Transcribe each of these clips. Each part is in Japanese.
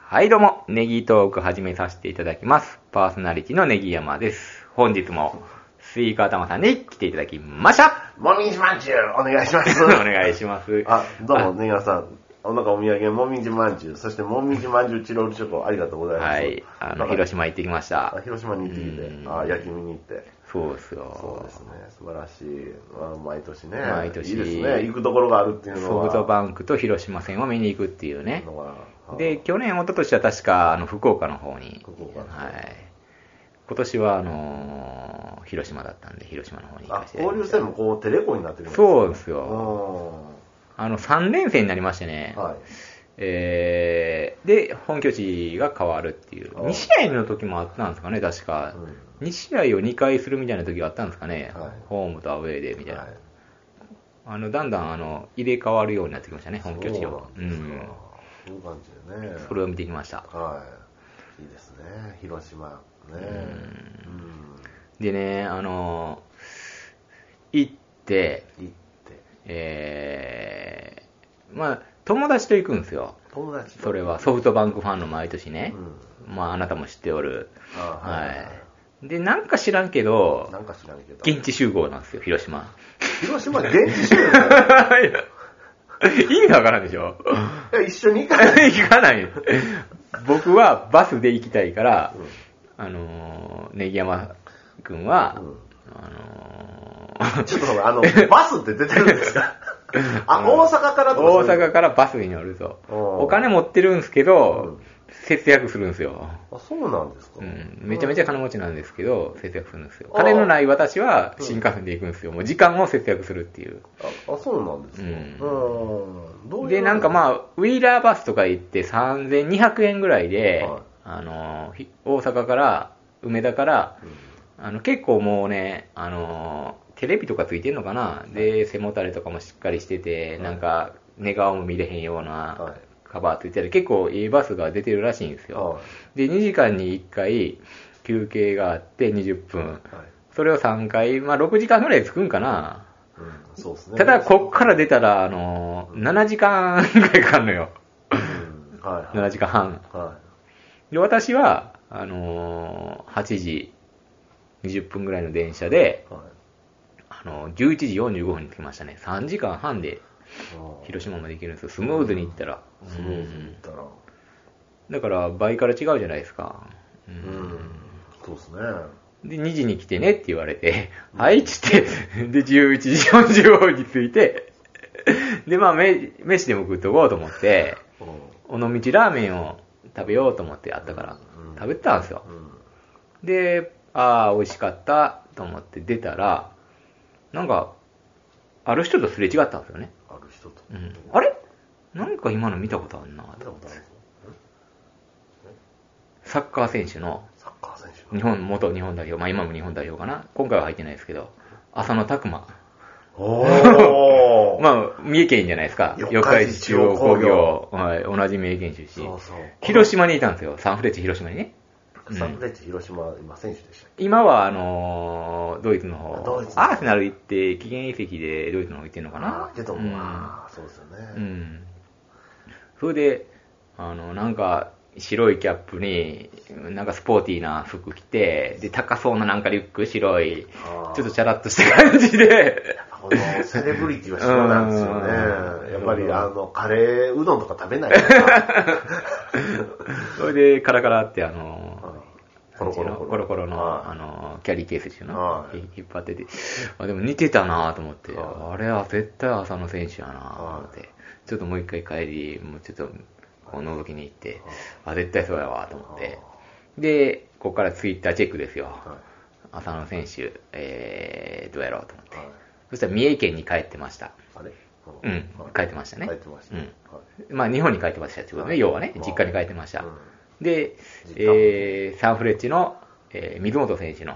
はいどうも、ネギトーク始めさせていただきます。パーソナリティのネギ山です。本日もスイカ頭さんに来ていただきました。 もみじまんじゅうお願いします。 お願いします。 どうもネギ山さん、なんかお土産もみじまんじゅう、そしてもみじまんじゅうチロルチョコありがとうございます。 はい、広島行ってきました。 広島に行ってきて、焼き見に行って。 そうですよ。 そうですね、素晴らしい。毎年ね。 毎年。 いいですね、行くところがあるっていうのは。 ソフトバンクと広島戦を見に行くっていうね。で、去年、一昨年は確か、福岡の方に。はい。今年は、広島だったんで、広島の方に行かせて。 交流戦もこう、テレコになってるんですかそうですよ。3連戦になりましてね。はい。で、本拠地が変わるっていう。2試合の時もあったんですかね、確か。2試合を2回するみたいな時があったんですかね。はい、ホームとアウェーでみたいな。はい、だんだん入れ替わるようになってきましたね、本拠地を。 そういう感じでね。 それを見てきました。 はい。いいですね、広島。ね。 でね、行って、まあ、友達と行くんですよ。 友達それはソフトバンクファンの毎年ね。まあ、あなたも知っておる。はい。で、なんか知らんけど、現地集合なんですよ、広島。 広島現地集合意味わからんでしょ。 一緒に行かない。 行かない。僕はバスで行きたいから、ネギ山くんは、 ちょっとバスって出てるんですか大阪から大阪からバスに乗ると。お金持ってるんですけど、節約するんですよ。 そうなんですか。 めちゃめちゃ金持ちなんですけど、節約するんですよ。金のない私は新幹線で行くんですよ。もう時間を節約するっていう。 そうなんですか。 で、なんかまあ、ウィーラーバスとか行って3200円ぐらいで、大阪から、梅田から、結構もうね、テレビとかついてんのかな、で、背もたれとかもしっかりしてて、なんか、寝顔も見れへんような、カバーついてる結構いいバスが出てるらしいんですよ。で、2時間に1回休憩があって20分。それを3回、まあ6時間ぐらい着くんかな。 そうですね。 ただ、こっから出たら、7時間ぐらいかかるのよ。7時間半。で、私は、8時20分ぐらいの電車で、11時45分に着きましたね。3時間半で、広島まで行けるんですよ。スムーズに行ったら。だから倍から違うじゃないですか。 そうですね。 で、2時に来てねって言われて、はいっつって、で、11時45分に着いて、で、まあ、飯でも食っとこうと思って、尾道ラーメンを食べようと思ってあったから、食べてたんですよ。で、美味しかったと思って出たら、なんか、ある人とすれ違ったんですよね。 ある人と。 あれなんか今の見たことあるなと思って。サッカー選手の、元日本代表、まあ今も日本代表かな。今回は入ってないですけど、浅野拓磨。まあ、三重県じゃないですか。四日市中央工業。はい、同じ三重県出身。広島にいたんですよ。サンフレッチェ広島にね。 サンフレッチェ広島、今選手でしたっけ？ 今はドイツの方。アーセナル行って期限移籍でドイツの方行ってんのかな。 けどそうですよね。 それで、なんか、白いキャップに、なんかスポーティーな服着て、で、高そうななんかリュック、白い、ちょっとチャラッとした感じで。 セレブリティは白なんですよね。やっぱり、カレーうどんとか食べないから。 それで、カラカラってコロコロの、キャリーケースですよね。引っ張ってて。でも似てたなと思って、あれは絶対浅野選手やなと思って、ちょっともう一回帰り、もうちょっと、覗きに行って、絶対そうやわと思って。で、ここからツイッターチェックですよ。浅野選手、どうやろうと思って。そしたら三重県に帰ってました。帰ってましたね。まあ日本に帰ってましたってことね、要はね、実家に帰ってました。で、サンフレッチェの、水本選手の、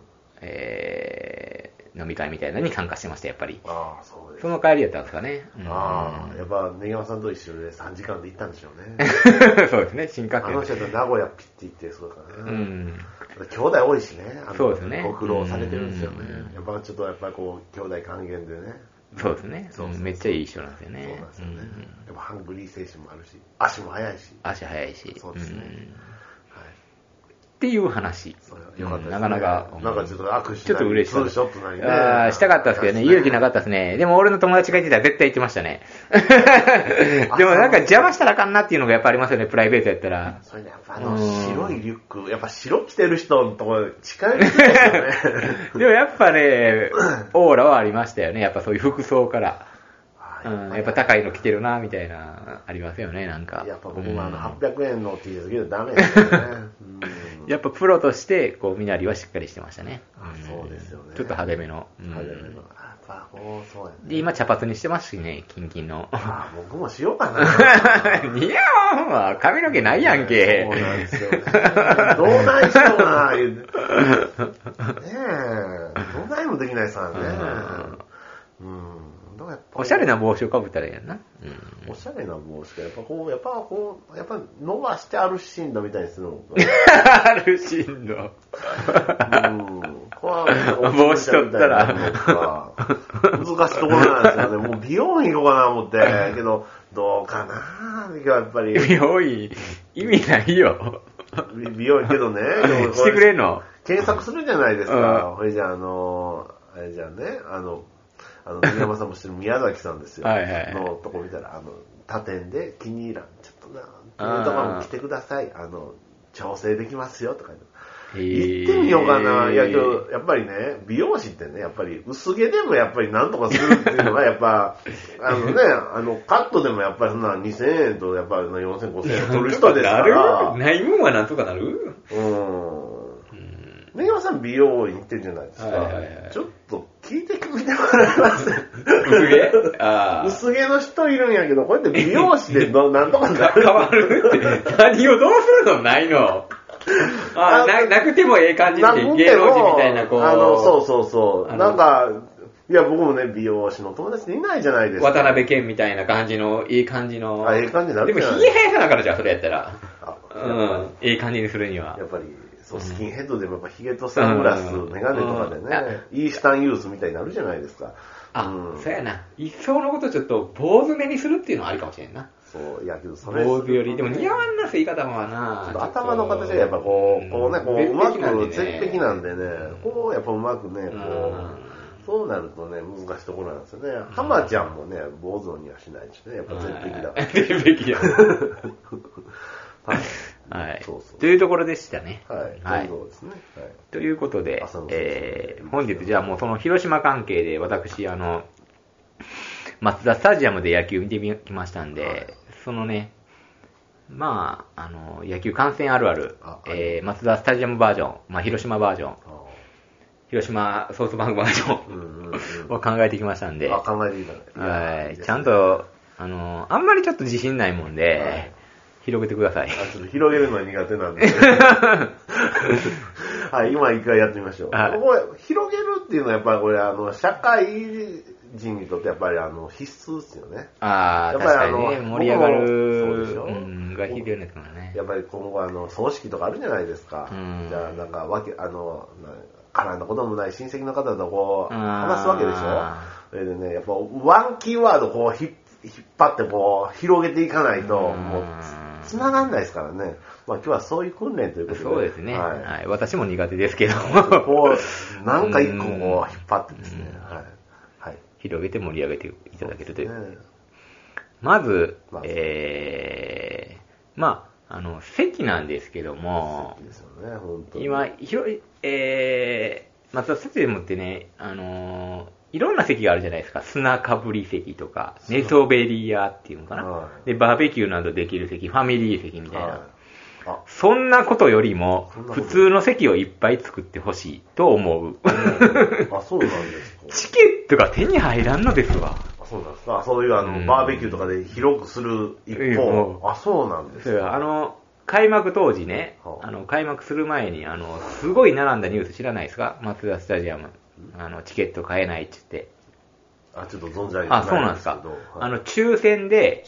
飲み会みたいなのに参加してました、やっぱり。その帰りやったんですかね。 やっぱ、ネギ山さんと一緒で3時間で行ったんでしょうね。そうですね、新幹線。 あの人と名古屋ピッて行って、そうだからね。兄弟多いしね。 そうですね。 ご苦労されてるんですよね。やっぱちょっと、こう、兄弟還元でね。 そうですね。めっちゃいい人なんですよね。 そうなんですよね。でもハングリー精神もあるし、足も速いし。 足速いし。 そうですね。 っていう話。 よかったですね。 なかなか。 なんかちょっと握手ちょっと嬉しい。 ツーショットなりね。 したかったですけどね、勇気なかったですね。でも俺の友達が言ってたら絶対言ってましたね。でもなんか邪魔したらあかんなっていうのがやっぱありますよね、プライベートやったら。 それね、やっぱ白いリュック、やっぱ白着てる人のところ近寄りすぎですよね。 でもやっぱね、オーラはありましたよね、やっぱそういう服装から。やっぱ高いの着てるな、みたいな、ありますよね、なんか。 やっぱ僕も800円の T シャツ着るとダメですよね。 やっぱプロとして、こう、身なりはしっかりしてましたね。 そうですよね。 ちょっと派手めの。 派手めの。やっぱそうやね。 で、今茶髪にしてますしね、キンキンの。 僕もしようかな。 似合わんわ。髪の毛ないやんけ。 そうなんですよね。どうないしようかな、言うて。ねえ。どうないもできないさね。 おしゃれな帽子をかぶったらいいやんな。 おしゃれな帽子か。やっぱ伸ばしてアルシンドみたいにするの。 アルシンド。 帽子取ったら。難しいところなんですよね。もう美容院行こうかな思って。けど、どうかなやっぱり。 美容院、意味ないよ。 美容院けどね。 してくれんの？ 検索するじゃないですか。これじゃあれじゃあね、宮山さんも知ってる宮崎さんですよ。のとこ見たら、他店で気に入らん。ちょっとな、とかも来てください。調整できますよ、とか言ってみようかな。いや、けど、やっぱりね、美容師ってね、やっぱり薄毛でもやっぱりなんとかするっていうのが、やっぱ、カットでもやっぱりそんな2000円と、やっぱり4000、5000円取る人ですから。 ないもんはなんとかなる？ 宮山さん美容院行ってるじゃないですか。ちょっと聞いてみてもらえます薄毛の人いるんやけど、こうやって美容師でなんとかなる。 変わるって。何をどうするの？ないの？なくてもええ感じって芸能人みたいなこう。 そう。なんか、いや、僕もね、美容師の友達っていないじゃないですか。 渡辺謙みたいな感じの、いい感じの。 いい感じになるじゃない。でも、髭生やさなからじゃあ、それやったら。いい感じにするには。 やっぱり、スキンヘッドでもやっぱヒゲとサングラス、メガネとかでね、イースタンユースみたいになるじゃないですか。 そうやな。一層のことちょっと坊主目にするっていうのはありかもしれんな。 そう、いやけどそれ。 坊主より、でも似合わんな、言い方もな。 頭の形がやっぱこううまく、絶壁なんでね、やっぱうまくね、そうなるとね、難しいところなんですよね。浜ちゃんもね、坊主にはしないしね、やっぱ絶壁だから。 絶壁や。はい。というところでしたね。 はい。そうですね。 ということで、本日じゃあもうその広島関係で私、マツダスタジアムで野球見てきましたんで、そのね、まあ、野球観戦あるある、マツダスタジアムバージョン、広島バージョン、広島ソフトバンクバージョンを考えてきましたんで、 考えていただいて。 ちゃんと、あんまりちょっと自信ないもんで、広げてください。 ちょっと広げるのは苦手なんで。はい、今一回やってみましょう。これ広げるっていうのはやっぱりこれ、社会人にとってやっぱり必須ですよね。 確かにね、盛り上がる。が必要ですからね。 やっぱり今後葬式とかあるじゃないですか。じゃあなんか絡んだこともない親戚の方とこう話すわけでしょ。それでね、やっぱワンキーワードこう引っ張ってこう広げていかないともう繋がんないですからね。まあ今日はそういう訓練ということで。 そうですね。私も苦手ですけど。 こう、なんか一個こう引っ張ってですね。 広げて盛り上げていただけるという。まず、席なんですけども、 席ですよね、本当に。 今、マツダスタジアムってね、いろんな席があるじゃないですか。砂かぶり席とか、寝そべり屋っていうのかな。で、バーベキューなどできる席、ファミリー席みたいな。そんなことよりも、普通の席をいっぱい作ってほしいと思う。 そうなんですか。 チケットが手に入らんのですわ。 そうなんですか。そういうバーベキューとかで広くする一方。そうなんですか。 開幕当時ね、開幕する前に、すごい並んだニュース知らないですか？マツダスタジアム。チケット買えないって言って。 ちょっと存じ上げてないんですけど。 そうなんですか。抽選で、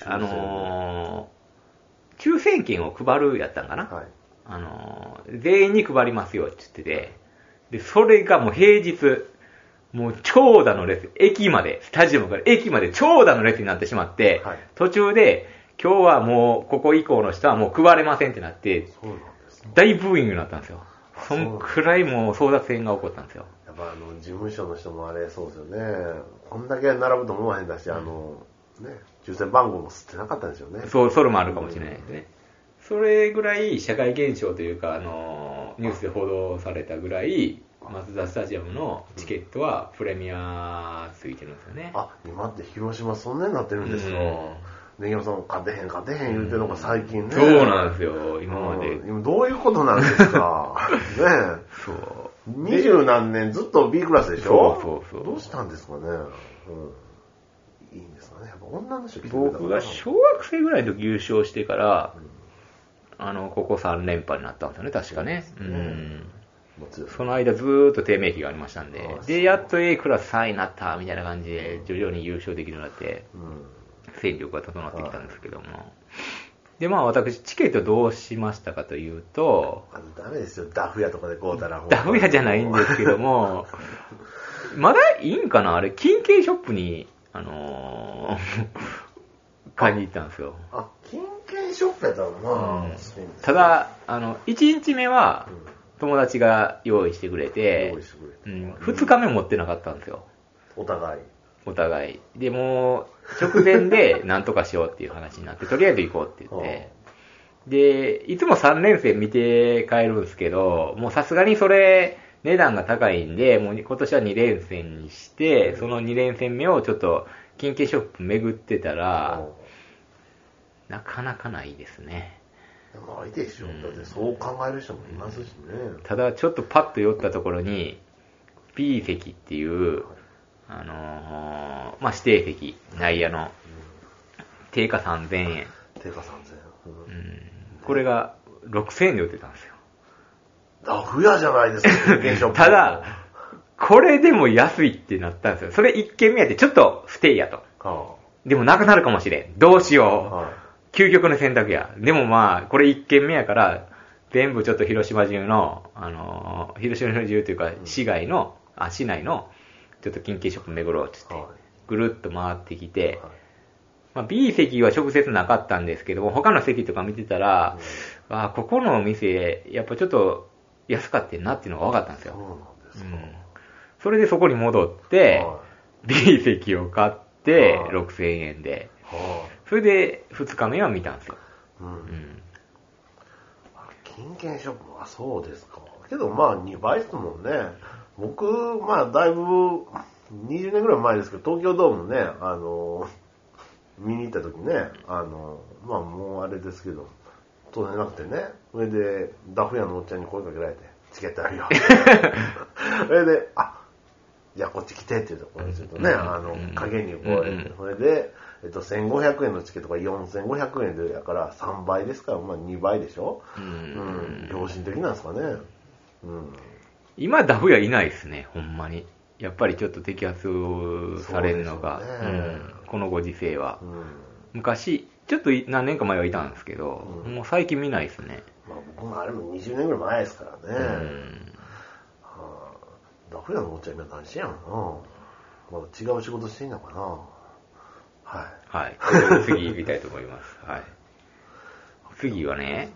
抽選券を配るやったんかな。全員に配りますよって言ってて。で、それがもう平日、 もう長蛇の列、駅まで、スタジアムから駅まで長蛇の列になってしまって、はい、途中で、今日はもう、ここ以降の人はもう配れませんってなって、そうなんですか。大ブーイングになったんですよ。そんくらいもう争奪戦が起こったんですよ。 やっぱ事務所の人もあれ、そうですよね。こんだけ並ぶと思わへんだし、ね、抽選番号も吸ってなかったんですよね。 そう、それもあるかもしれないですね。それぐらい社会現象というか、ニュースで報道されたぐらい、マツダスタジアムのチケットはプレミアついてるんですよね。 あ、今って広島そんなになってるんですよ。ネギマさん勝てへん言うてるのが最近ね。 そうなんですよ、今まで。 今どういうことなんですか。ねえ。そう。20何年ずっと B クラスでしょ。そう。どうしたんですかね。いいんですかね。やっぱ女の人来てくれたかな。 僕が小学生ぐらいの時優勝してから、ここ3連覇になったんですよね、確かね。その間ずーっと低迷期がありましたんで、で、やっと A クラス3位になったみたいな感じで、徐々に優勝できるようになって、戦力が整ってきたんですけども。で、まあ私、チケットどうしましたかというと、 ダメですよ、ダフ屋とかで買うたら。 ダフ屋じゃないんですけども、まだいいんかなあれ、金券ショップに、買いに行ったんですよ。 金券ショップやったのな、 ただ、1日目は、友達が用意してくれて、2日目持ってなかったんですよ。 お互い。 で、もう、直前で何とかしようっていう話になって、とりあえず行こうって言って、で、いつも3連戦見て帰るんですけど、もうさすがにそれ、値段が高いんで、もう今年は2連戦にして、その2連戦目をちょっと、金券ショップ巡ってたら、なかなかないですね。 ないでしょ。だってそう考える人もいますしね。 ただちょっとパッと寄ったところに B 席っていう、指定席、内野の定価3000円。 定価3000 円。これが6000円で売ってたんですよ。 ダフ屋じゃないですか、 ただ、これでも安いってなったんですよ。それ1軒目やってちょっと不定やと。でもなくなるかもしれん。どうしよう。究極の選択や。でもまあ、これ1軒目やから、全部ちょっと広島中の、広島中というか、市内の、ちょっと金券ショップ巡ろうって言って、ぐるっと回ってきて、まあ、B 席は直接なかったんですけども、他の席とか見てたら、ここのお店、やっぱちょっと安かったなっていうのが分かったんですよ。 そうなんですか。 それでそこに戻って、B 席を買って、6000円で。それで2日目は見たんですよ。 金券ショップはそうですか。けどまあ2倍ですもんね。僕、まあだいぶ20年ぐらい前ですけど、東京ドームね、見に行った時ね、まあもうあれですけど、当然なくてね、それでダフ屋のおっちゃんに声かけられて、チケットあるよ。それで、じゃあこっち来てって言うと、これちょっとね、影にこうやって、それで、1500円のチケットが4500円でやから3倍ですから、まあ2倍でしょ。良心的なんですかね。 今ダフ屋いないですね、ほんまに。やっぱりちょっと摘発されるのが、このご時世は。昔、ちょっと何年か前はいたんですけど、もう最近見ないですね。 まあ僕もあれも20年ぐらい前ですからね。ダフ屋のおっちゃん今何してんやろな。まだ違う仕事してんのかな。 はい。次見たいと思います。はい。次はね、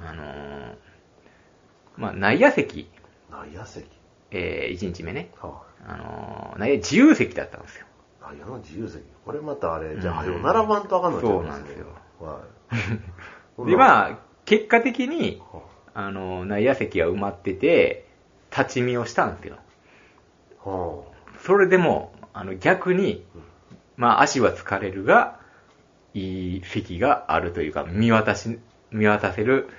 内野席。 内野席 1日目ね。内野自由席だったんですよ。 内野の自由席。これまたあれ、じゃあ、並ばんとあかんのそうなんですよ。で、まあ、結果的に、内野席は埋まってて、立ち見をしたんですよ。それでも、逆に、まあ足は疲れるが、いい席があるというか、見渡せる、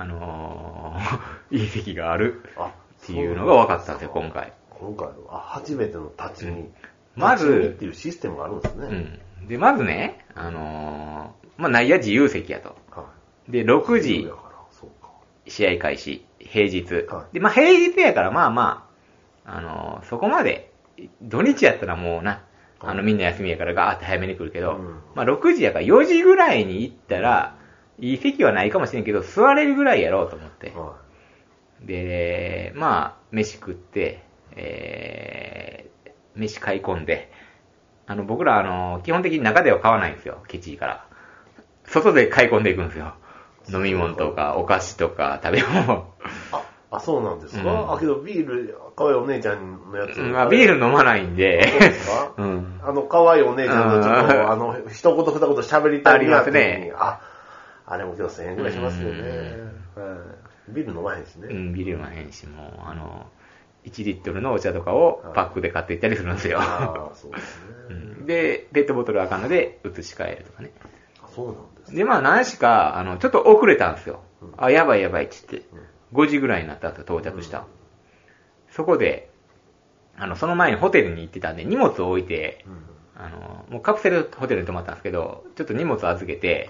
いい席があるっていうのが分かったんですよ、今回。 初めての立ち見。 まず、 立ち見っていうシステムがあるんですね。 で、まずね、内野自由席やと。で、6時、試合開始、平日。で、まあ平日やからまあまあ、そこまで、土日やったらもうな、みんな休みやからガーって早めに来るけど、まあ6時やから4時ぐらいに行ったら、いい席はないかもしれんけど、座れるぐらいやろうと思って。で、まあ、飯食って、 飯買い込んで、僕ら基本的に中では買わないんですよ、ケチから。外で買い込んでいくんですよ。飲み物とか、お菓子とか、食べ物。 そうなんですか。けどビール、可愛いお姉ちゃんのやつ。 ビール飲まないんで。 そうですか可愛いお姉ちゃんのちょっと、一言二言喋りたいありますね。 あれも今日1000円くらいしますよね。ビール飲まへんしね。 ビール飲まへんし、もう、1リットルのお茶とかをパックで買っていったりするんですよ。 そうですね。 で、ペットボトルあかんので、移し替えるとかね。 そうなんですで、何しか、ちょっと遅れたんですよ。やばいやばいって言って。5時ぐらいになったんですよ、到着した。そこで、その前にホテルに行ってたんで、荷物を置いて、もうカプセルホテルに泊まったんですけど、ちょっと荷物預けて、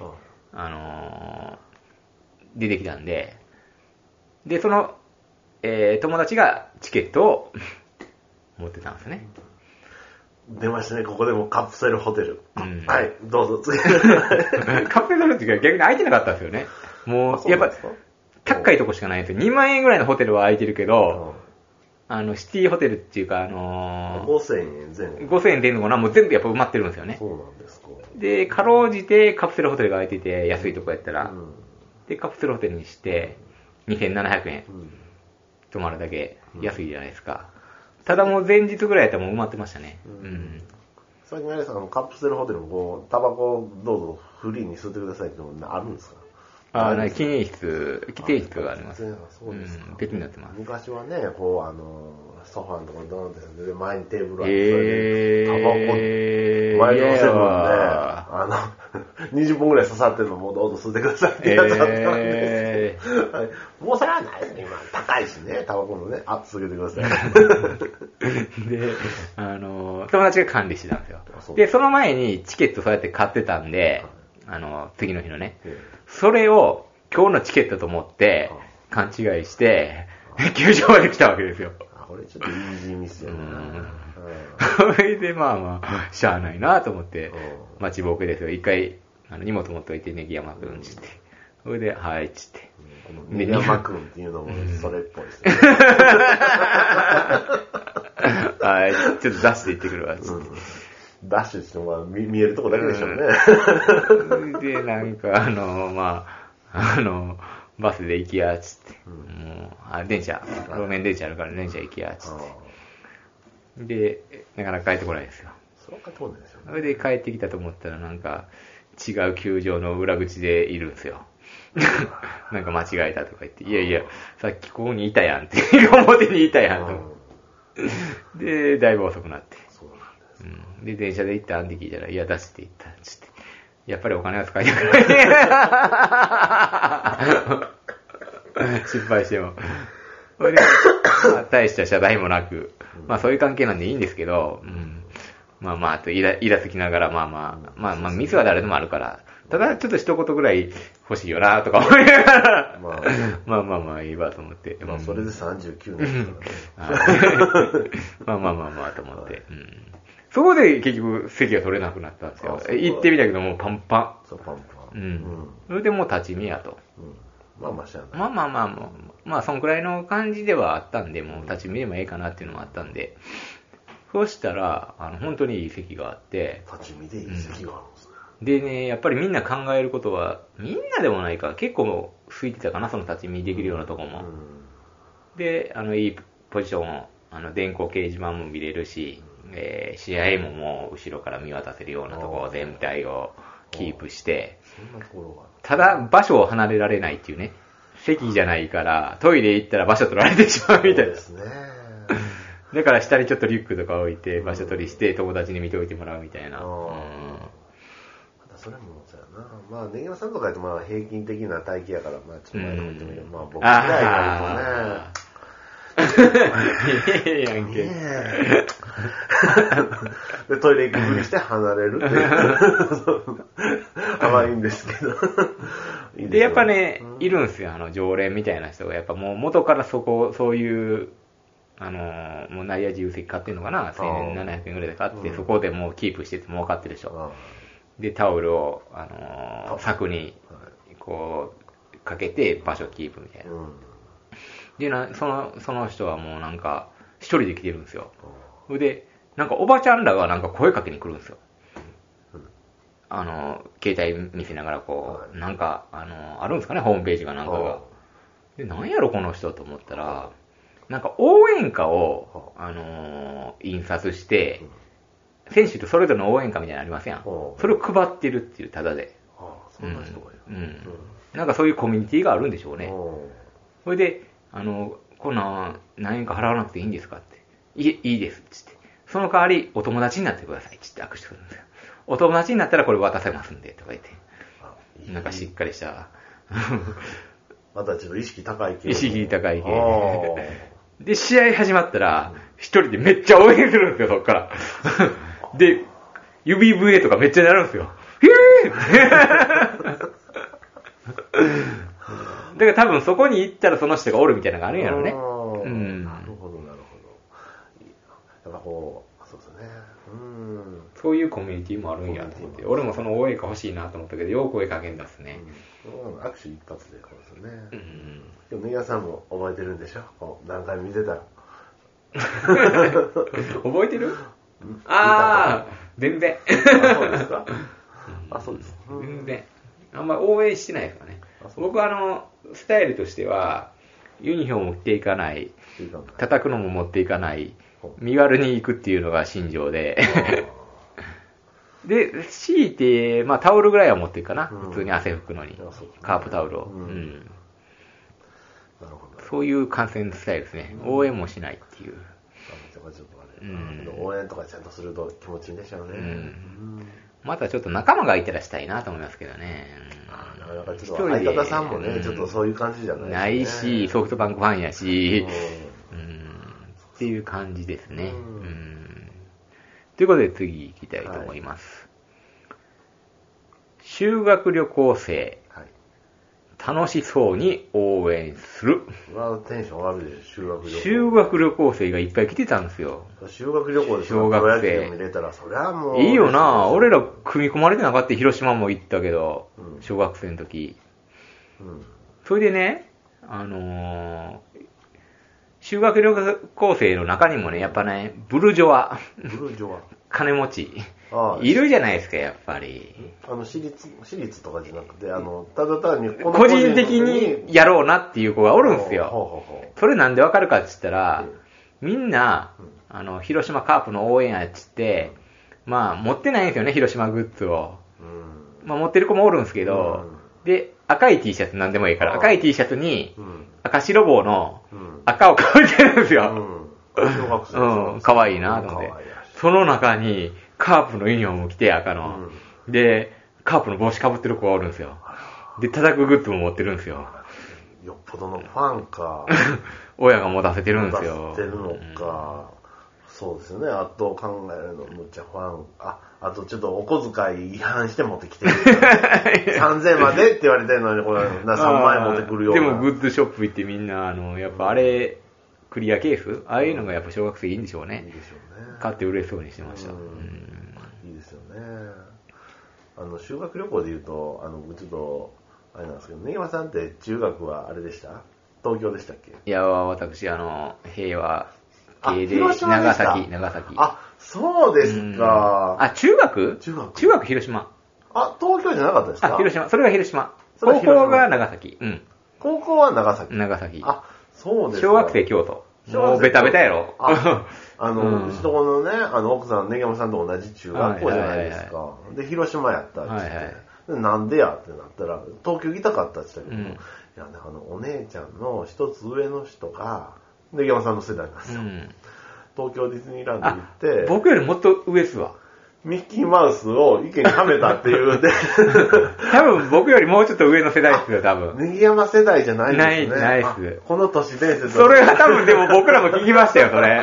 出てきたんで、で、その、友達がチケットを持ってたんですね。 出ましたね、ここでもカプセルホテル。はい、どうぞ次。 カプセルホテルって逆に空いてなかったんですよね。もう、やっぱ、高いとこしかないんですよ。2万円ぐらいのホテルは空いてるけど、シティホテルっていうか、 5000円前後。5000円出るのかな、もう全部やっぱ埋まってるんですよね。 そうなんですか。 で、かろうじてカプセルホテルが空いてて、安いとこやったら、で、カプセルホテルにして、2700円。泊まるだけ安いじゃないですか。ただもう前日ぐらいやったらもう埋まってましたね。 最近あれですか、カプセルホテルもタバコどうぞフリーに吸ってくださいってのあるんですか？ 記念室があります。 そうですか。 別になってます。 昔はね、ソファーのところにドーンってで前にテーブルあって、タバコ、ワイドセブンで、20本ぐらい刺さってるのもどうぞ吸ってくださいってやつだったんで、もうそれはないですね、今。高いしね、タバコのね、続けてください。 で、友達が管理してたんですよ。で、その前にチケットそうやって買ってたんで、次の日のね、それを今日のチケットと思って勘違いして、球場まで来たわけですよ。 これちょっとイージーミスやな。 それでしゃあないなと思って、待ちぼうけですよ。一回、荷物持っといて、ネギ山くんって言って。それで、はい、っつって。 ネギ山くんっていうのもそれっぽいですね。 はい、ちょっとダッシュで行ってくるわ、つって。 ダッシュしても見えるとこだけでしょうね。 で、なんか、バスで行きや、つって。もう、路面電車あるから電車行きや、つって。で、なかなか帰ってこないですよ。 そう帰ってこないですよね。 それで帰ってきたと思ったら、なんか、違う球場の裏口でいるんですよ。なんか間違えたとか言って、いやいや、さっきここにいたやんって、表にいたやんと。で、だいぶ遅くなって。で、電車で行ったんって聞いたら、いや、出して行ったっつって。やっぱりお金は使いたくないね。失敗しても。それで、大した謝罪もなく、そういう関係なんでいいんですけど、あとイラつきながら、ミスは誰でもあるから、ただちょっと一言ぐらい欲しいよなとか思いながら、いいわと思って。 それで39年ですからね。 と思って。そこで結局席が取れなくなったんですよ。行ってみたけどもうパンパン。 そう、パンパン。 それでもう立ち見やと。 しゃあない。そんくらいの感じではあったんで、もう立ち見でもええかなっていうのもあったんで、そうしたら、本当にいい席があって。 立ち見でいい席があるんですね。 でね、やっぱりみんな考えることは、みんなでもないか、結構空いてたかな、その立ち見できるようなとこも。で、いいポジションを、電光掲示板も見れるし、試合ももう後ろから見渡せるようなところ全体をキープして、ただ場所を離れられないっていうね、席じゃないからトイレ行ったら場所取られてしまうみたいな。ですね。だから下にちょっとリュックとか置いて場所取りして友達に見ておいてもらうみたいな。 それもそうやな。ネギ山さんとか言うと平均的な体型やから、ちょっと前の方ってもいいけど、僕次第になるとね。やんけ。で、トイレ行くふりして離れるっていう。甘いんですけど。 で、やっぱね、いるんですよ、常連みたいな人が。やっぱもう元からそういう、もう内野自由席買ってんのかな、1700円ぐらいで買って、そこでもうキープしてても分かってるでしょ。で、タオルを、柵に、こう、かけて場所キープみたいな。でその人はもうなんか、一人で来てるんですよ。で、 なんかおばちゃんらがなんか声かけに来るんですよ。携帯見せながらこう、なんか、あるんですかね、ホームページがなんかが。で、なんやろこの人と思ったら、なんか応援歌を、印刷して、選手とそれぞれの応援歌みたいなのありますやん。それを配ってるっていう、ただで。 そんな人がいる。 なんかそういうコミュニティがあるんでしょうね。それで、こんな何円か払わなくていいんですかって。いいですって言って。その代わりお友達になってくださいって言って握手するんですよ。お友達になったらこれ渡せますんでとか言って。なんかしっかりした。 またちょっと意識高い系。 意識高い系。で、試合始まったら、一人でめっちゃ応援するんですよ、そっから。で、指笛とかめっちゃなるんですよ。だから多分そこに行ったらその人がおるみたいなのがあるんやろね。 なるほど、なるほど。やっぱこう、そうですね。 そういうコミュニティもあるんやと思って、俺もその応援歌欲しいなと思ったけど、よく声かけんだっすね。 握手一発でこうですよね。でも、ネギワさんも覚えてるんでしょ、こう何回見てたら。 覚えてる？ああ、全然。 そうですか？そうです。 全然。あんま応援してないですかね。僕はスタイルとしては、ユニフォーム持っていかない、叩くのも持っていかない、身軽に行くっていうのが信条で、で、強いて、まあタオルぐらいは持っていくかな。普通に汗拭くのに。カープタオルを。そういう観戦スタイルですね。応援もしないっていう。 応援とかちゃんとすると気持ちいいんでしょうね。 またちょっと仲間がいたらしたいなと思いますけどね。 なんかちょっと相方さんもね、ちょっとそういう感じじゃないですか。 ないし、ソフトバンクファンやし、っていう感じですね。ということで次行きたいと思います。修学旅行生。楽しそうに応援する。 テンション上がるでしょ、 修学旅行生がいっぱい来てたんですよ。 修学旅行で小学生。 見れたら、そりゃもう。 いいよな。俺ら組み込まれてなかった。広島も行ったけど、小学生の時。それでね、修学旅行生の中にもね、やっぱね、ブルジョワ。金持ち。いるじゃないですか、やっぱり。 私立とかじゃなくて、ただ単に個人的にやろうなっていう子がおるんですよ。それなんでわかるかって言ったら、みんな、広島カープの応援やっつって、まあ、持ってないんですよね、広島グッズを。まあ、持ってる子もおるんですけど、で、赤い T シャツなんでもいいから、赤い T シャツに、赤白棒の赤を被ってるんですよ。かわいいなと思って。その中に、カープのユニフォーム着て赤の。で、カープの帽子被ってる子がおるんですよ。で、叩くグッズも持ってるんですよ。 よっぽどのファンか。 親が持たせてるんですよ。 持たせてるのか。そうですよね。あと考えるのむっちゃファン。あとちょっとお小遣い違反して持ってきてる。3000までって言われてるのに、これ3万円持ってくるような。 でもグッズショップ行ってみんな、やっぱあれ、クリアケースああいうのがやっぱ小学生いいんでしょうね。 いいでしょうね。 買って嬉しそうにしてました。 いいですよね。修学旅行で言うと、ちょっと、あれなんですけど、根山さんって中学はあれでした？東京でしたっけ？ いや、私、平和系で、長崎。 そうですか。 中学広島。 東京じゃなかったですか？ 広島。それが広島。高校が長崎。 高校は長崎。そうですか。 小学生京都。もうベタベタやろ。 うちとこのね、奥さん、根山さんと同じ中学校じゃないですか。で、広島やったって言って。なんでやってなったら、東京行きたかったって言ったけど、いや、お姉ちゃんの一つ上の人が、根山さんの世代なんですよ。東京ディズニーランド行って、 僕よりもっと上っすわ。 ミッキーマウスを池にはめたっていうで。 多分僕よりもうちょっと上の世代ですよ、多分。 ネギ山世代じゃないですね。 ないっす。 この都市伝説。 それは多分でも僕らも聞きましたよ、それ。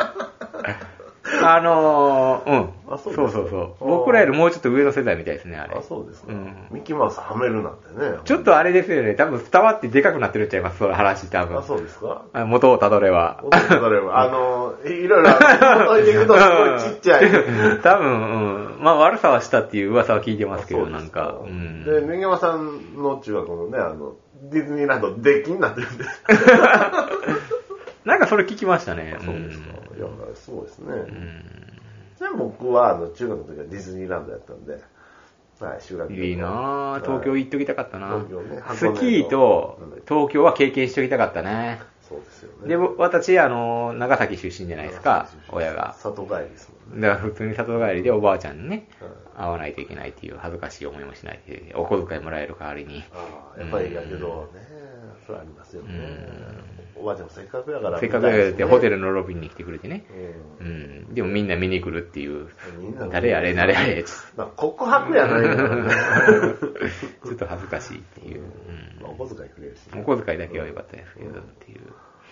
そう。僕らよりもうちょっと上の世代みたいですね、あれ。 そうですか。ミッキーマウスはめるなんてね。 ちょっとあれですよね、多分伝わってでかくなってるっちゃいます、その話多分。 そうですか。 元をたどれば。 いろいろ元に行くとすごいちっちゃい。 多分、まあ悪さはしたっていう噂は聞いてますけど、なんか。 で、根山さんの中学のね、ディズニーランドデッキになってるんで。 なんかそれ聞きましたね。 そうですか。いや、そうですね。 じゃあ僕は中学の時はディズニーランドやったんで、はい、修学旅行。 いいなぁ。東京行っときたかったな。 東京ね。 スキーと東京は経験しときたかったね。 そうですよね。 で、私、長崎出身じゃないですか、親が。 里帰りですもんね。だから普通に里帰りでおばあちゃんにね、会わないといけないっていう恥ずかしい思いもしないで、お小遣いもらえる代わりに。 やっぱりやけどね、それありますよね。おばあちゃんもせっかくやから。 せっかくやってホテルのロビーに来てくれてね。でもみんな見に来るっていう。誰あれ、誰あれ。 告白やないからね。 ちょっと恥ずかしいっていう。 お小遣いくれるし。 お小遣いだけは良かったですけどっていう。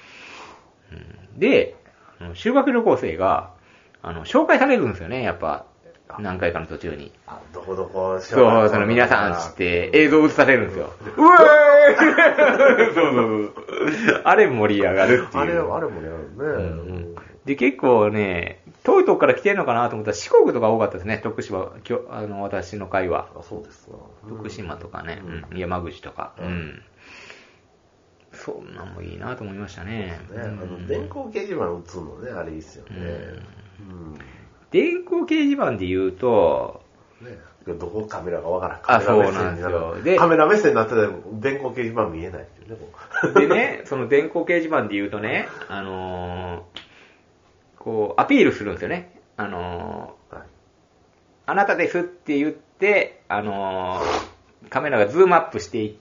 で、修学旅行生が、紹介されるんですよね、やっぱ。何回かの途中に。 どこどこ、 そう、その皆さんつって映像映されるんですよ。うわーそう。あれ盛り上がるっていう。 あれ盛り上がるね。 で、結構ね、遠いとこから来てるのかなと思ったら四国とか多かったですね、徳島、私の会は。 そうですか。 徳島とかね、山口とか。そんなんもいいなと思いましたね。 電光掲示板打つのね、あれいいっすよね。 電光掲示板で言うと、 どこカメラがわからん。 そうなんですよ。 で、カメラ目線になってても電光掲示板見えないっていうね。でね、その電光掲示板で言うとね、こう、アピールするんですよね。あなたですって言って、カメラがズームアップしていって、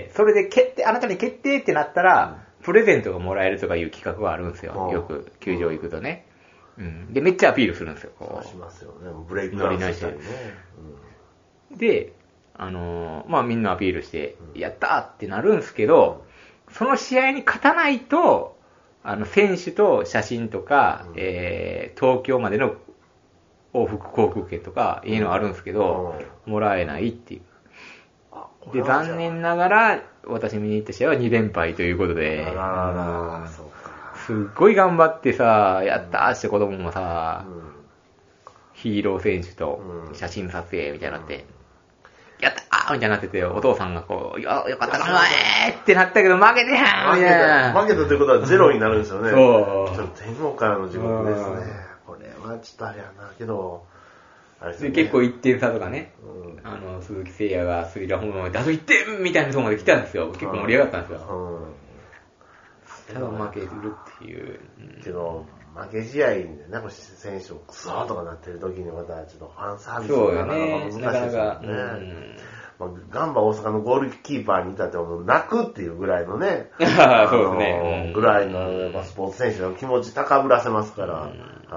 それであなたに決定ってなったら、プレゼントがもらえるとかいう企画があるんですよ。よく、球場行くとね。で、めっちゃアピールするんですよ。 そうしますよね。ブレイクダウンしたりね。 で、まあみんなアピールして、やったーってなるんですけど、その試合に勝たないと、選手と写真とか、東京までの往復航空券とか、いうのあるんですけど、もらえないっていう。で、残念ながら、私見に行った試合は2連敗ということで、すっごい頑張ってさ、やったーって子供もさ、ヒーロー選手と写真撮影みたいになって、やったーみたいになってて、お父さんがこう、よかったな、お前ってなったけど負けてやんみたいな。 負けたということはゼロになるんですよね。 そう。 ちょっと天国からの地獄ですね。これはちょっとあれやな、けど、 で結構1点差とかね、鈴木誠也がスリラーホームラン出す1点みたいなところまで来たんですよ。結構盛り上がったんですよ。ただ負けるっていう。 けど、負け試合でね、選手をクソーとかなってる時にまたちょっとファンサービスがなかなか難しいですよね。ガンバ大阪のゴールキーパーにいたって泣くっていうぐらいのね、 そうですね。 ぐらいのスポーツ選手の気持ち高ぶらせますから、はい。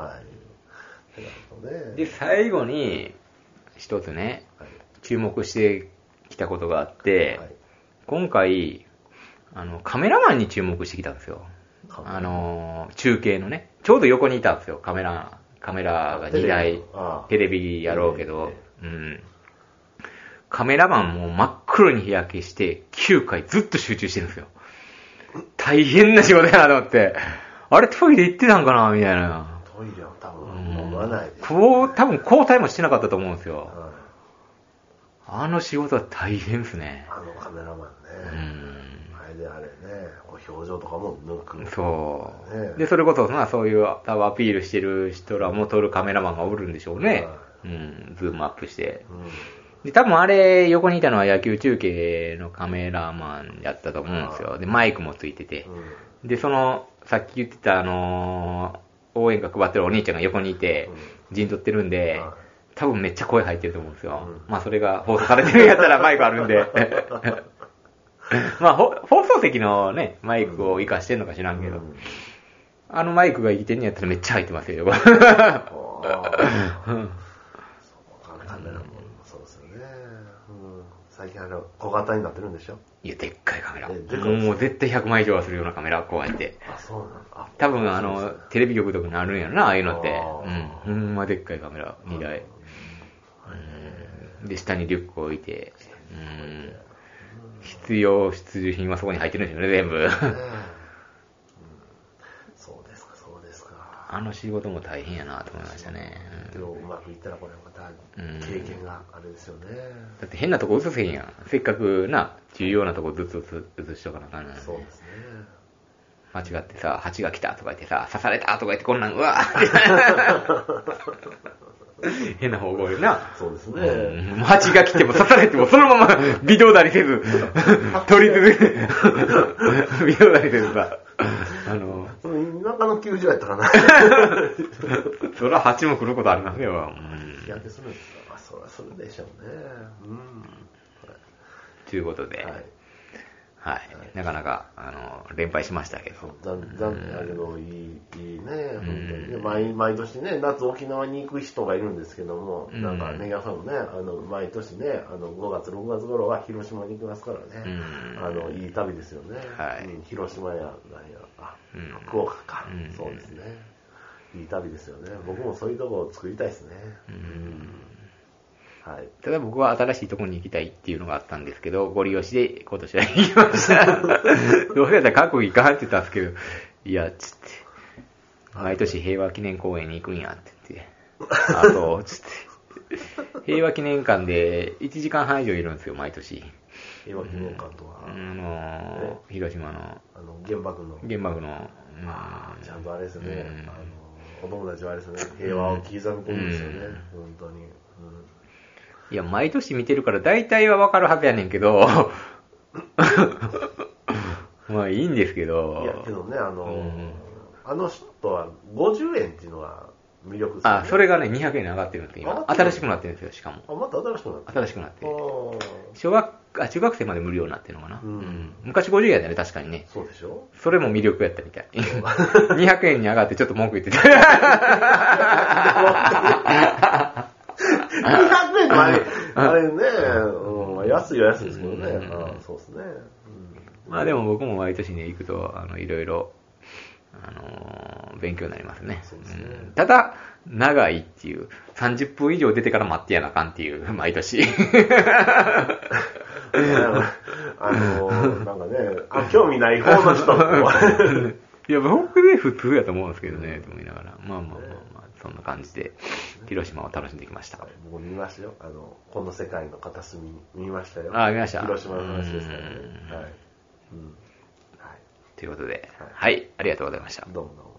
で、最後に、一つね、注目してきたことがあって、今回、カメラマンに注目してきたんですよ。中継のね、ちょうど横にいたんですよ、カメラが2台、テレビやろうけど、カメラマンも真っ黒に日焼けして、9回ずっと集中してるんですよ。大変な仕事やなと思って、あれトイレ行ってたんかなみたいな。 トイレは多分飲まないで。 多分交代もしてなかったと思うんですよ。あの仕事は大変ですね。 カメラマンね。あれであれね、表情とかも抜く。 そう。で、それこそそういう多分アピールしてる人らも撮るカメラマンがおるんでしょうね。ズームアップして。で、多分あれ、横にいたのは野球中継のカメラマンやったと思うんですよ。で、マイクもついてて。で、さっき言ってた応援歌配ってるお兄ちゃんが横にいて、陣取ってるんで、多分めっちゃ声入ってると思うんですよ。まあそれが放送されてるんやったらマイクあるんで。まあ放送席のね、マイクを活かしてんのか知らんけど、マイクが生きてんのやったらめっちゃ入ってますよ。 カメラもそうですよね。最近小型になってるんでしょ？ いや、でっかいカメラ。もう絶対100万以上はするようなカメラ、こうやって。 そうなんだ。 多分テレビ局とかにあるんやろな、ああいうのって。ほんまでっかいカメラ、2台。で、下にリュックを置いて、必要必需品はそこに入ってるんですよね、全部。 そうですか、そうですか。 あの仕事も大変やなと思いましたね。 でもうまくいったらこれまた経験があれですよね。 だって変なとこ映せへんやん。せっかくな、重要なとこずつ映しとかなあかんの。 そうですね。 間違ってさ、蜂が来たとか言ってさ、刺されたとか言ってこんなん、うわ変な方向よな。 そうですね。 蜂が来ても刺されてもそのまま微動だにせず、取り続けて、微動だにせずさ、 その田舎の球場やったかな。 そら蜂も来ることありますよ。 日焼けするんですか。そりゃそれでしょうね。 ということで、はい。なかなか、連敗しましたけど。 残念だけど、いいね、本当に。毎年ね、夏沖縄に行く人がいるんですけども、なんかね、皆さんもね、毎年ね、5月、6月頃は広島に行きますからね、いい旅ですよね。広島や、福岡か。そうですね。いい旅ですよね。僕もそういうとこを作りたいですね。はい、 ただ僕は新しいところに行きたいっていうのがあったんですけど、ご利用しで今年は行きました。どうせやったら韓国行かんって言ったんですけど、いや、つって、毎年平和記念公園に行くんやって言って、あと、つって、平和記念館で1時間半以上いるんですよ、毎年。 平和記念館とは、 広島の、 原爆の。 ちゃんとあれですね、お友達はあれですね、平和を刻み込むんですよね、本当に。 いや、毎年見てるから大体はわかるはずやねんけど、まあいいんですけど。 いや、けどね、あの人は50円っていうのが魅力ですよね。それがね、200円に上がってるんですよ、今。新しくなってるんですよ、しかも。 また新しくなってる？ 新しくなって。中学生まで無料になってるのかな。昔50円やったね、確かにね。 そうでしょ？ それも魅力やったみたい。200円に上がってちょっと文句言ってた。 200円のあれね、安いは安いですけどね。そうですね。 まあでも僕も毎年ね、行くと、いろいろ、勉強になりますね。 そうですね。 ただ、長いっていう、30分以上出てから待ってやなあかんっていう、毎年。 なんかね、興味ない方の人いや、僕で普通やと思うんですけどね、と思いながら。まあ、そんな感じで、広島を楽しんできました。 僕見ましたよ。この世界の片隅見ましたよ。 見ました。 広島の話ですからね。はい。 ということで、はい、ありがとうございました。 どうもどうも。